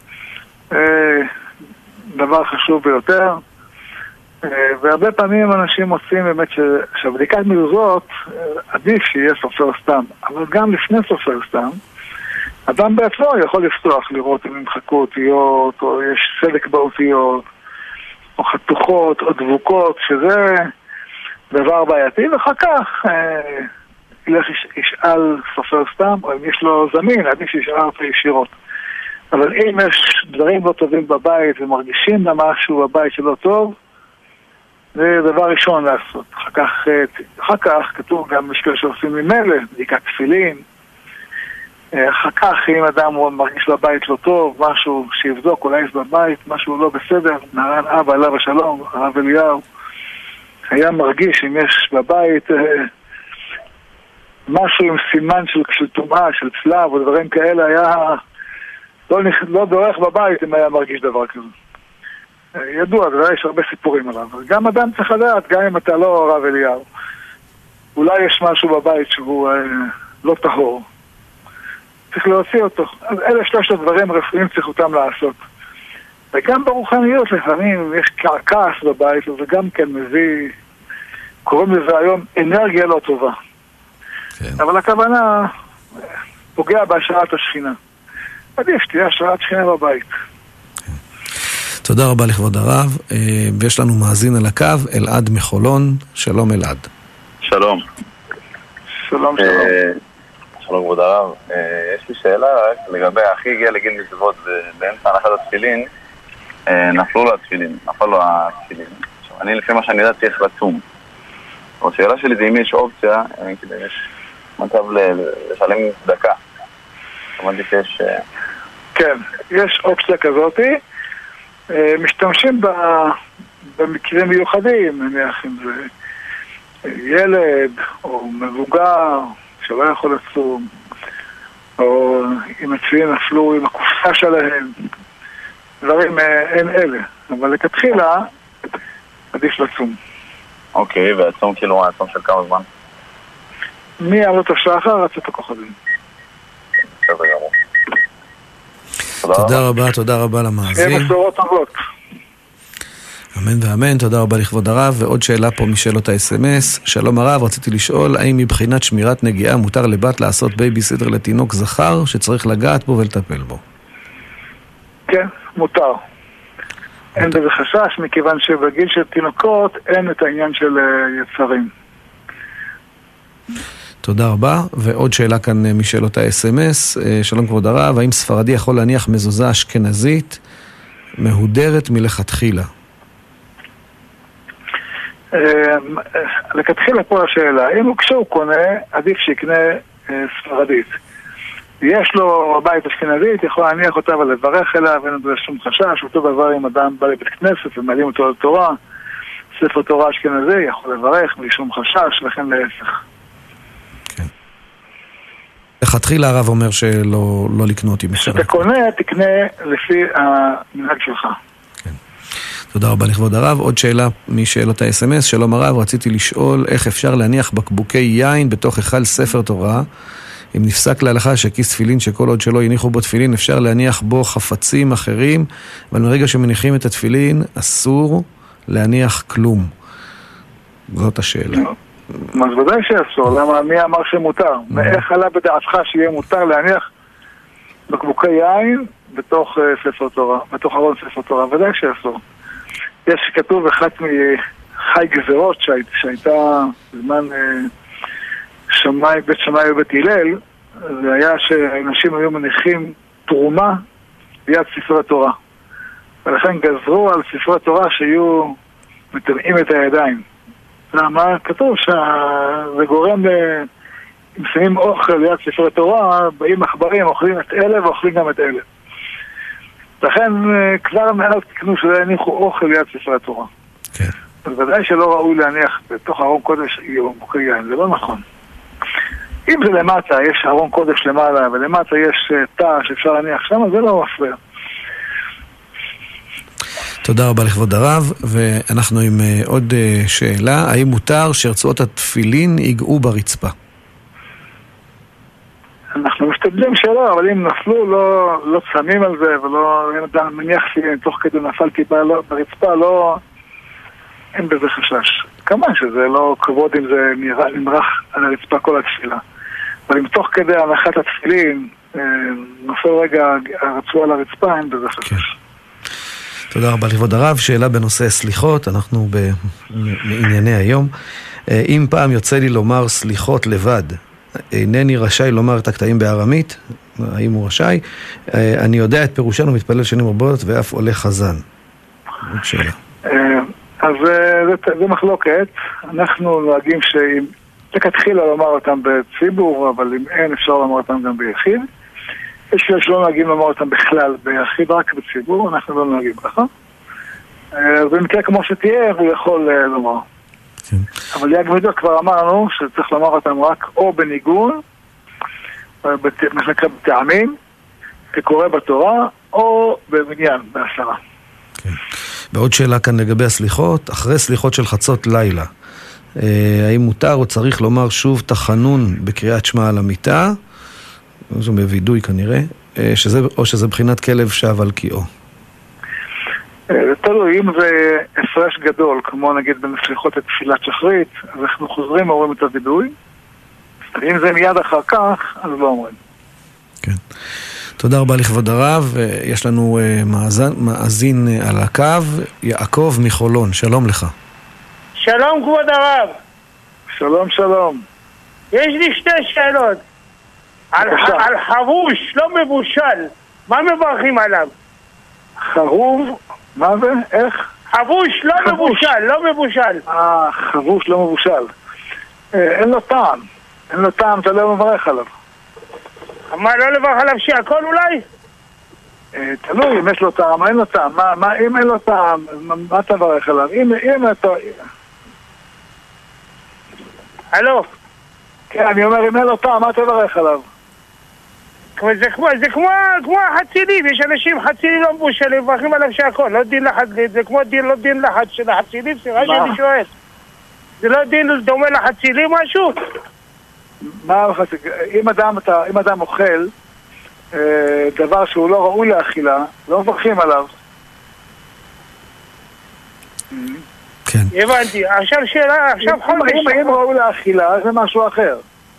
דבר חשוב ביותר. והרבה פעמים אנשים מוצאים באמת שבדיקת מזוזות עדיף שיהיה סופר סתם, אבל גם לפני סופר סתם אדם בעצמו יכול לפתוח לראות אם ימחקו אותיות או יש סדק באותיות או חתוכות או דבוקות, שזה דבר בעייתי, ואחר כך אה, ילך ישאל סופר סתם, או אם יש לו זמין עדיף שישאל אותו ישירות. אבל אם יש דברים לא טובים בבית ומרגישים למשהו בבית שלא טוב, זה דבר ראשון לעשות. אחר כך, אחר כך כתוב גם משקל שעושים ממילא, בדיקת תפילין. אחר כך, אם אדם מרגיש בבית לא טוב, משהו שיבדוק, אולי יש בבית, משהו לא בסדר, מרן אבא עליו השלום, הרב אליהו, היה מרגיש אם יש בבית משהו עם סימן של, של טומאה, של צלב או דברים כאלה, היה לא, לא דורך בבית אם היה מרגיש דבר כזה. ידוע, יש הרבה סיפורים עליו. גם אדם צריך לדעת, גם אם אתה לא רב אליהו. אולי יש משהו בבית שהוא אה, לא טהור. צריך להוציא אותו. אז אלה שלושת הדברים רפואיים צריך אותם לעשות. וגם ברוחניות לפעמים יש כעס בבית, וזה גם כן מביא, קוראים לזה היום אנרגיה לא טובה. כן. אבל הכוונה פוגע בהשראת השכינה. עדיף שתהיה השראת שכינה בבית. כן. תודה רבה לכבוד הרב. ויש לנו מאזין על הקו, אלעד מחולון. שלום אלעד. שלום. שלום שלום. שלום כבוד הרב. יש לי שאלה לגבי האחי הגיע לגיל מצוות ובאמצע הנחת התפילין נפלו לו התפילין, נפל לו התפילין. אני לפי מה שאני יודע צריך לצום. השאלה שלי זה אם יש אופציה, כדי יש מצב לשלם דקה. אמרתי שיש... כן, יש אופציה כזאת. משתמשים במקרים מיוחדים, נניח אם זה ילד או מבוגר שלא יכול לצום, או אם התפילין נפלו עם הקופסה שלהם. דברים אין אלה, אבל לכתחילה עדיף לצום. אוקיי, והצום כאילו הצום של כמה זמן? מעלות השחר עד צאת הכוכבים. תודה רבה, תודה רבה למאזין. יהיה בשורות טובות. אמן ואמן, תודה רבה לכבוד הרב. ועוד שאלה פה משאלות ה-אס אם אס. שלום הרב, רציתי לשאול, האם מבחינת שמירת נגיעה מותר לבת לעשות בייביסיטר לתינוק זכר שצריך לגעת בו ולטפל בו? כן, מותר. אין בזה חשש, מכיוון שבגיל של תינוקות אין את העניין של יצרים. תודה רבה. ועוד שאלה כאן משאלות ה-אס אם אס. שלום כבוד הרב, האם ספרדי יכול להניח מזוזה אשכנזית מהודרת מלכתחילה? לכתחילה פה השאלה, אם כשהוא קונה, עדיף שיקנה ספרדית. יש לו בית אשכנזית, יכול להניח אותה ולברך אליה, ואין בזה שום חשש. אותו דבר אם אדם בא לבית כנסת ומעלים אותו לתורה, ספר תורה אשכנזי, יכול לברך בלי שום חשש, לכן להפך. כן. לכתחילה הרב אומר שלא לא לקנות עם אפשר. כשאתה קונה, תקנה לפי המנהג שלך. כן. תודה רבה לכבוד הרב. עוד שאלה משאלות ה-אס אם אס. שלום הרב, רציתי לשאול איך אפשר להניח בקבוקי יין בתוך היכל ספר תורה, אם נפסק להלכה שכיס תפילין שכל עוד שלא יניחו בו תפילין אפשר להניח בו חפצים אחרים, אבל מרגע שמניחים את התפילין אסור להניח כלום. זאת השאלה. אז ודאי שאסור, למה מי אמר שמותר? ואיך עלה בדעתך שיהיה מותר להניח בקבוקי יין בתוך ספר תורה, בתוך ארון ספר תורה? ודאי שאסור. יש כתוב אחד מחי גזרות שהייתה זמן שמאי, בית שמאי ובית הלל, זה היה שאנשים היו מניחים תרומה ליד ספרי תורה. ולכן גזרו על ספרי תורה שיהיו מטמאים את הידיים. למה? כתוב שזה גורם, אם שמים אוכל ליד ספרי תורה, באים מחברים, אוכלים את אלה ואוכלים גם את אלה. לכן כבר מאז תקנו שלא יניחו אוכל ליד ספרי תורה. כן. אז ודאי שלא ראוי להניח בתוך ארון קודש בקבוקי יין, זה לא נכון. אם זה למטה, יש ארון קודש למעלה, ולמטה יש תא שאפשר להניח שם, זה לא מפריע. תודה רבה לכבוד הרב, ואנחנו עם עוד שאלה, האם מותר שרצועות התפילין ייגעו ברצפה? אנחנו משתדלים שלא, אבל אם נפלו, לא, לא צמים על זה, ולא, אם אדם מניח תוך כדי נפלתי ברצפה, לא, אין בזה חשש. כמובן שזה לא כבוד אם זה נמרח על הרצפה כל התפילה. אבל אם תוך כדי הנחת התפילין נופל רגע הרצועה על הרצפה, אין בזה חשש. כן. תודה רבה לכבוד הרב. שאלה בנושא סליחות, אנחנו בענייני היום. אם פעם יוצא לי לומר סליחות לבד, אינני רשאי לומר את הקטעים בארמית, האם הוא רשאי? אני יודע את פירושנו, מתפלל שנים רבות ואף עולה חזן. עוד שאלה. אז זה, זה מחלוקת. אנחנו נוהגים שאם תתחילה לומר אותם בציבור, אבל אם אין אפשר לומר אותם גם ביחיד. יש כאלה שלא נוהגים לומר אותם בכלל ביחיד, רק בציבור, אנחנו לא נוהגים ככה. אז במקרה כמו שתהיה, הוא יכול לומר. כן. אבל יד מידות כבר אמרנו שצריך לומר אותם רק או בניגון, מה שנקרא בטעמים, כקורא בתורה, או במניין, בעשרה. כן. ועוד שאלה כאן לגבי הסליחות, אחרי סליחות של חצות לילה, האם מותר או צריך לומר שוב תחנון בקריאת שמע על המיטה, זה בווידוי כנראה, שזה, או שזה בחינת כלב שב על קיאו? תלוי, אם זה הפרש גדול, כמו נגיד בין סליחות לתפילת שחרית, אז אנחנו חוזרים ואומרים את הווידוי. אם זה מיד אחר כך, אז לא אומרים. כן. תודה רבה לכבוד הרב. יש לנו מאזין, מאזין על הקו, יעקב מחולון. שלום לך. שלום כבוד הרב. שלום שלום. יש לי שתי שאלות. על, על חבוש לא מבושל, מה מברכים עליו? חרוב? מה זה? איך? חבוש לא חבוש. מבושל, לא מבושל. אה, חבוש לא מבושל. אה, אין לו טעם. אין לו טעם, אתה לא מברך עליו. מה, לא לברך עליו שהכל אולי? אה, תלוי, אם יש לו טעם, אין לו טעם. מה, מה, אם אין לו טעם, מה, מה אתה מברך עליו? אם, אם אתה... הלו? כן, אני אומר, אם אין לו טעם, מה אתה מברך עליו? זה כמו, זה כמו, כמו החצילים, יש אנשים חצילים לא מבושלים, מברכים עליו שהכל, לא דין לחץ, זה כמו דין, לא דין לחץ של החצילים, סליחה שאני שואל. זה לא דין דומה לחצילים משהו? מה, אם אדם, אתה, אם אדם אוכל אה, דבר שהוא לא ראוי לאכילה, לא מברכים עליו. כן. הבנתי, עכשיו שאלה, עכשיו חודש. אם ראוי לאכילה, זה משהו אחר.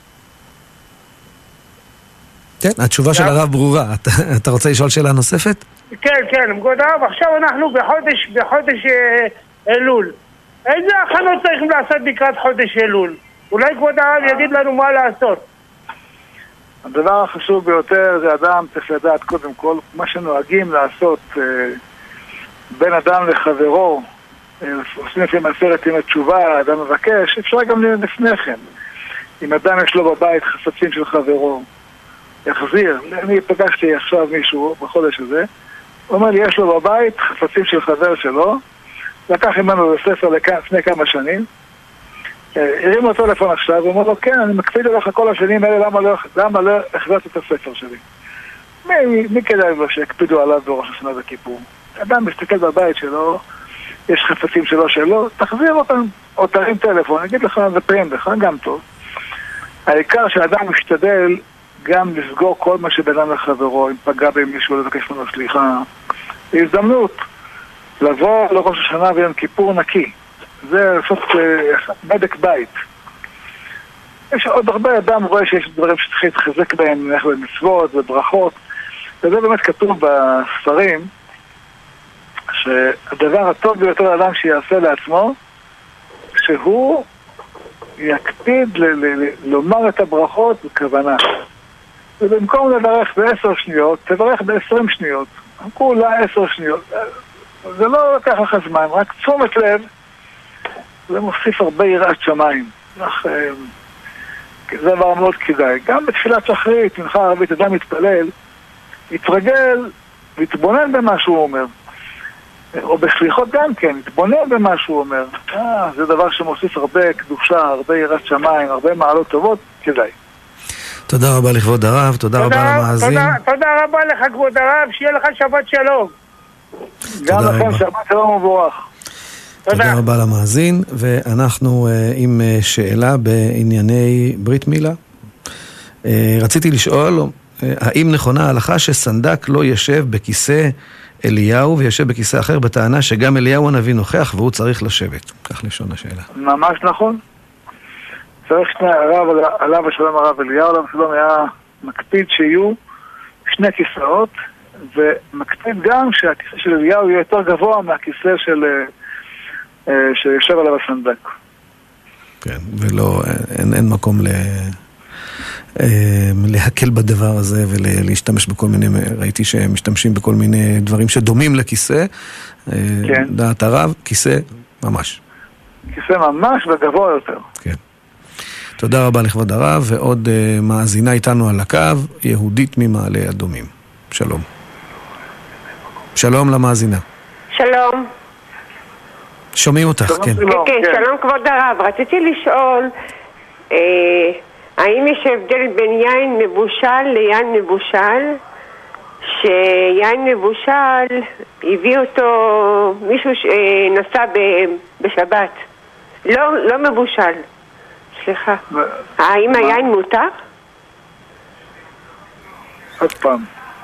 כן, התשובה של הרב ברורה. אתה, אתה רוצה לשאול שאלה נוספת? כן, כן, כבוד הרב, עכשיו אנחנו בחודש, בחודש אה, אלול. איזה הכנות צריכים לעשות לקראת חודש אלול? אולי כבוד הרב יגיד לנו מה לעשות. הדבר החשוב ביותר זה אדם צריך לדעת קודם כל, מה שנוהגים לעשות אה, בין אדם לחברו, אה, עושים לפי מסרת עם התשובה, אדם מבקש, אפשר גם לפני כן. אם אדם יש לו בבית חפצים של חברו, יחזיר. אני פגשתי עכשיו מישהו בחודש הזה, הוא אומר לי, יש לו בבית חפצים של חבר שלו, לקח ממנו לספר לפני כמה שנים, הרים לו טלפון עכשיו, הוא אומר לו, כן, אני מקפיד עליך כל השנים האלה, למה לא, למה לא החזרת את הספר שלי? מי, מי כדאי לו שיקפידו עליו בראש השנה וכיפור? אדם מסתכל בבית שלו, יש חפצים שלו שלו, תחזיר אותם, או תרים טלפון, נגיד לך, זה פעם לך, גם טוב. העיקר שאדם משתדל גם לסגור כל מה שבינם לחברו, אם פגע במישהו לבקש ממנו סליחה. הזדמנות לבוא לראש השנה ויום כיפור נקי. זה לעשות בדק בית. יש עוד הרבה אדם רואה שיש דברים שצריך להתחזק בהם, איך במצוות וברכות, וזה באמת כתוב בספרים, שהדבר הטוב ביותר לאדם שיעשה לעצמו, שהוא יקפיד ל- ל- ל- לומר את הברכות בכוונה. ובמקום לברך בעשר שניות, תברך בעשרים שניות. כולה עשר שניות. זה לא לקח לך זמן, רק תשומת לב, זה מוסיף הרבה יראת שמיים. זה דבר מאוד כדאי. גם בתפילת שחרית, מנחה ערבית, אדם מתפלל, יתרגל, יתבונן במה שהוא אומר. או בסליחות גם כן, יתבונן במה שהוא אומר. אה, זה דבר שמוסיף הרבה קדושה, הרבה יראת שמיים, הרבה מעלות טובות, כדאי. תודה רבה לכבוד הרב, תודה רבה למאזין. תודה, תודה רבה לך כבוד הרב, שיהיה לך שבת שלום. גם לכם שבת שלום ובורך. תודה רבה למאזין, ואנחנו uh, עם uh, שאלה בענייני ברית מילה. Uh, רציתי לשאול, uh, האם נכונה ההלכה שסנדק לא ישב בכיסא אליהו וישב בכיסא אחר בטענה שגם אליהו הנביא נוכח והוא צריך לשבת? כך לשון השאלה. ממש נכון. צריך שני הרב, עליו השלום הרב אליהו, עליו השלום היה מקפיד שיהיו שני כיסאות, ומקפיד גם שהכיסא של אליהו יהיה יותר גבוה מהכיסא של... שיושב עליו הסנדק. כן, ולא, אין, אין מקום ל, להקל בדבר הזה ולהשתמש בכל מיני, ראיתי שהם משתמשים בכל מיני דברים שדומים לכיסא. כן. דעת הרב, כיסא ממש. כיסא ממש וגבוה יותר. כן. תודה רבה לכבוד הרב, ועוד uh, מאזינה איתנו על הקו, יהודית ממעלה אדומים. שלום. שלום למאזינה. שלום. שומעים אותך, כן. כן, כן, שלום כבוד הרב. רציתי לשאול, האם יש הבדל בין יין מבושל ליין מבושל? שיין מבושל הביא אותו מישהו שנסע בשבת. לא, לא מבושל. סליחה. האם היין מותר? עוד פעם.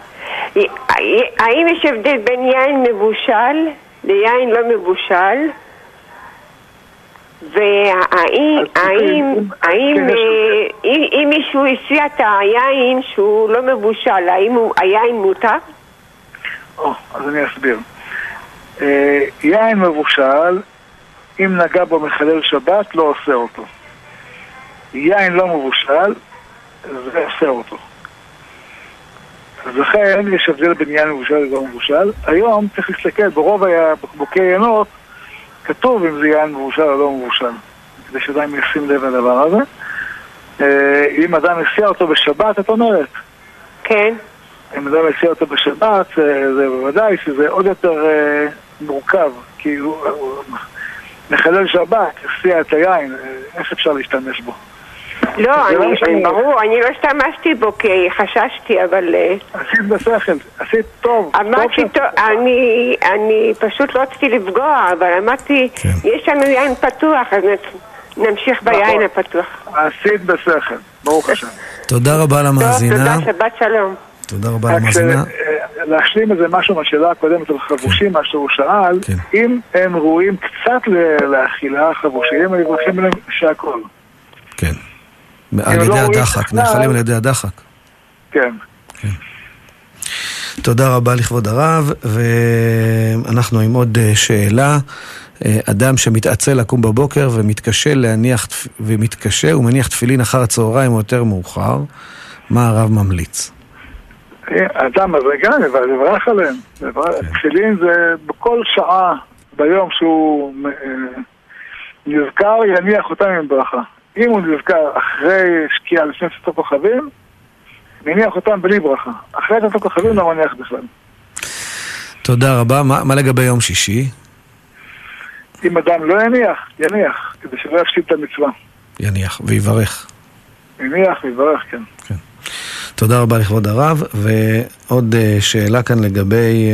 האם יש הבדל בין יין מבושל ליין לא מבושל? והאם האם אם מישהו הציע את היין שהוא לא מבושל, האם היין מותר? אז אני אסביר. יין מבושל, אם נגע בו מחלל שבת, לא עושה אותו. יין לא מבושל, זה עושה אותו. אז לכן יש הבדל בין יין מבושל ולא מבושל. היום צריך להסתכל, ברוב הבקבוקי יינות כתוב אם זה יין מבושל או לא מבושל, כדי שאדם ישים לב לדבר הזה. אם אדם יסיע אותו בשבת, את אומרת? כן. אם אדם יסיע אותו בשבת, זה בוודאי שזה עוד יותר מורכב, כי הוא מחלל שבת, יסיע את היין, איך אפשר להשתמש בו? לא, אני, ברור, אני לא השתמשתי בו כי חששתי, אבל... עשית בשכל, עשית טוב. אמרתי טוב, אני, אני פשוט לא רציתי לפגוע, אבל אמרתי, יש לנו יין פתוח, אז נמשיך ביין הפתוח. עשית בשכל, ברוך השם. תודה רבה למאזינה. טוב, תודה, שבת שלום. תודה רבה למאזינה. להשלים איזה משהו מהשאלה הקודמת על חבושים, מה שהוא שאל, אם הם ראויים קצת לאכילה, חבושים, הם יברכים להם שהכל. כן. על ידי הדחק, נאכלים על ידי הדחק. כן. תודה רבה לכבוד הרב, ואנחנו עם עוד שאלה. אדם שמתעצל לקום בבוקר ומתקשה להניח, ומתקשה ומניח תפילין אחר הצהריים או יותר מאוחר, מה הרב ממליץ? אדם, אז רגע, לברך עליהם. תפילין זה בכל שעה ביום שהוא נזכר, יניח אותם עם ברכה. אם הוא נזכר אחרי שקיעה לפני שתו כוכבים, מניח אותם בלי ברכה. אחרי שתו כוכבים לא מניח בכלל. תודה רבה. מה, מה לגבי יום שישי? אם אדם לא יניח, יניח, כדי שלא יפסיד את המצווה. יניח, ויברך. יניח ויברך, כן. כן. תודה רבה לכבוד הרב, ועוד שאלה כאן לגבי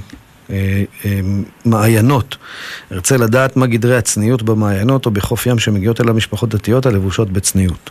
מעיינות. ארצה לדעת מה גדרי הצניעות במעיינות או בחוף ים שמגיעות אל המשפחות דתיות הלבושות בצניעות.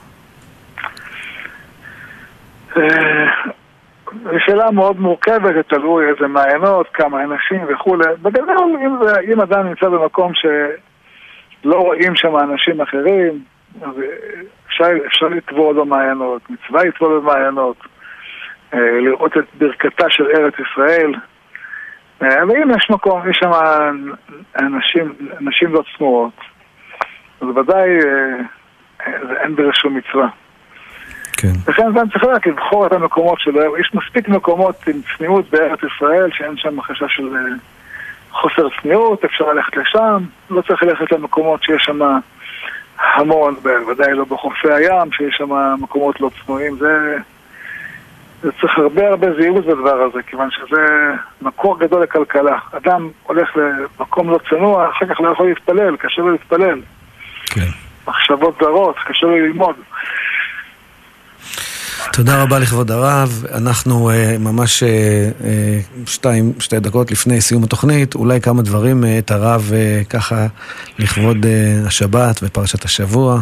זו שאלה מאוד מורכבת, תלוי איזה מעיינות, כמה אנשים וכו'. בגלל אם, אם אדם נמצא במקום שלא רואים שם אנשים אחרים, אז אפשר, אפשר לטבול במעיינות, מצווה לטבול במעיינות, לראות את ברכתה של ארץ ישראל. אבל אם יש מקום, יש שם אנשים, אנשים לא צנועות, אז ודאי אין ברשום מצווה. כן. לכן אני צריך רק לבחור את המקומות שלו. יש מספיק מקומות עם צניעות בארץ ישראל שאין שם חשש של חוסר צניעות, אפשר ללכת לשם, לא צריך ללכת למקומות שיש שם המון, ודאי לא בחופי הים, שיש שם מקומות לא צנועים. זה, זה צריך הרבה הרבה זהירות בדבר הזה, כיוון שזה מקור גדול לכלכלה. אדם הולך למקום לא צנוע, אחר כך לא יכול להתפלל, קשה לו להתפלל. כן. מחשבות זרות, קשה לו ללמוד. תודה רבה לכבוד הרב. אנחנו uh, ממש uh, uh, שתיים, שתי דקות לפני סיום התוכנית, אולי כמה דברים uh, את הרב uh, ככה לכבוד uh, השבת ופרשת השבוע.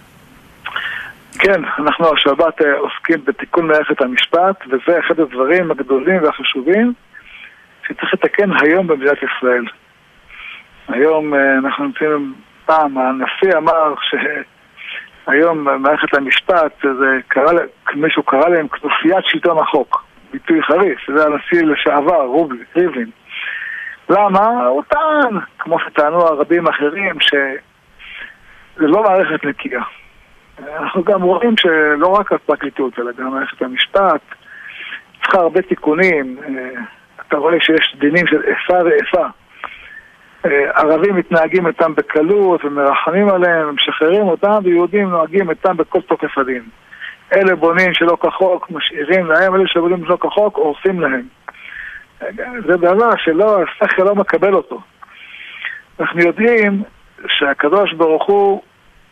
כן, אנחנו השבת uh, עוסקים בתיקון מערכת המשפט, וזה אחד הדברים הגדולים והחשובים שצריך לתקן היום במדינת ישראל. היום uh, אנחנו נמצאים פעם, הנשיא אמר ש... היום מערכת המשפט, זה קרא, מישהו קרא להם כנופיית שלטון החוק, ביטוי חריף, זה הנשיא לשעבר, ריבלין. למה? הוא טען, כמו שטענו הרבים אחרים, שזה לא מערכת נקייה. אנחנו גם רואים שלא רק הפרקליטות, אלא גם מערכת המשפט, צריכה הרבה תיקונים. אתה רואה שיש דינים של איפה ואיפה. ערבים מתנהגים איתם בקלות ומרחמים עליהם, משחררים אותם, ויהודים נוהגים איתם בכל תוקף הדין. אלה בונים שלא כחוק, משאירים להם, אלה שבונים שלא כחוק, הורסים להם. זה דבר שלא, השכל לא מקבל אותו. אנחנו יודעים שהקדוש ברוך הוא,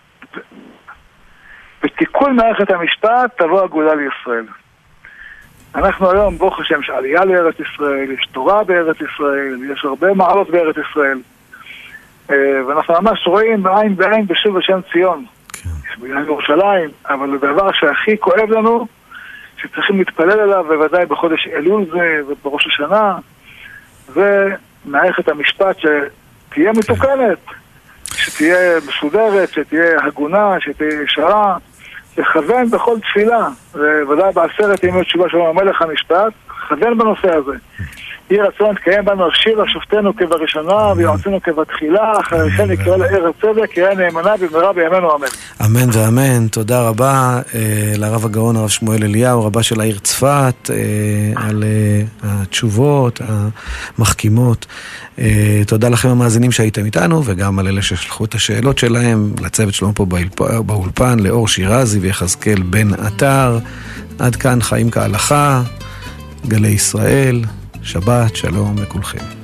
בתיקון מערכת המשפט תבוא הגאולה לישראל. אנחנו היום, ברוך השם, יש עלייה לארץ ישראל, יש תורה בארץ ישראל, יש הרבה מעלות בארץ ישראל. ואנחנו ממש רואים בעין בעין בשוב השם ציון. יש בעניין ירושלים, אבל הדבר שהכי כואב לנו, שצריכים להתפלל עליו, בוודאי בחודש אלול זה ובראש השנה, זה מערכת המשפט שתהיה מתוקנת, שתהיה מסודרת, שתהיה הגונה, שתהיה ישרה, לכוון בכל תפילה, וודאי בעשרת ימי תשובה של המלך המשפט, לכוון בנושא הזה. יהי רצון תקיים בנו השיר שופטנו כבראשונה ויועצינו כבתחילה, אחרי כן נקרא לערב צדק, יהיה נאמנה במהרה בימינו אמן. אמן ואמן. תודה רבה אה, לרב הגאון הרב שמואל אליהו, רבה של העיר צפת, אה, על אה, התשובות המחכימות. אה, תודה לכם המאזינים שהייתם איתנו, וגם על אלה ששלחו את השאלות שלהם, לצוות שלנו פה באולפן, לאור שירזי ויחזקאל בן עטר. עד כאן חיים כהלכה, גלי ישראל. שבת שלום לכולכם.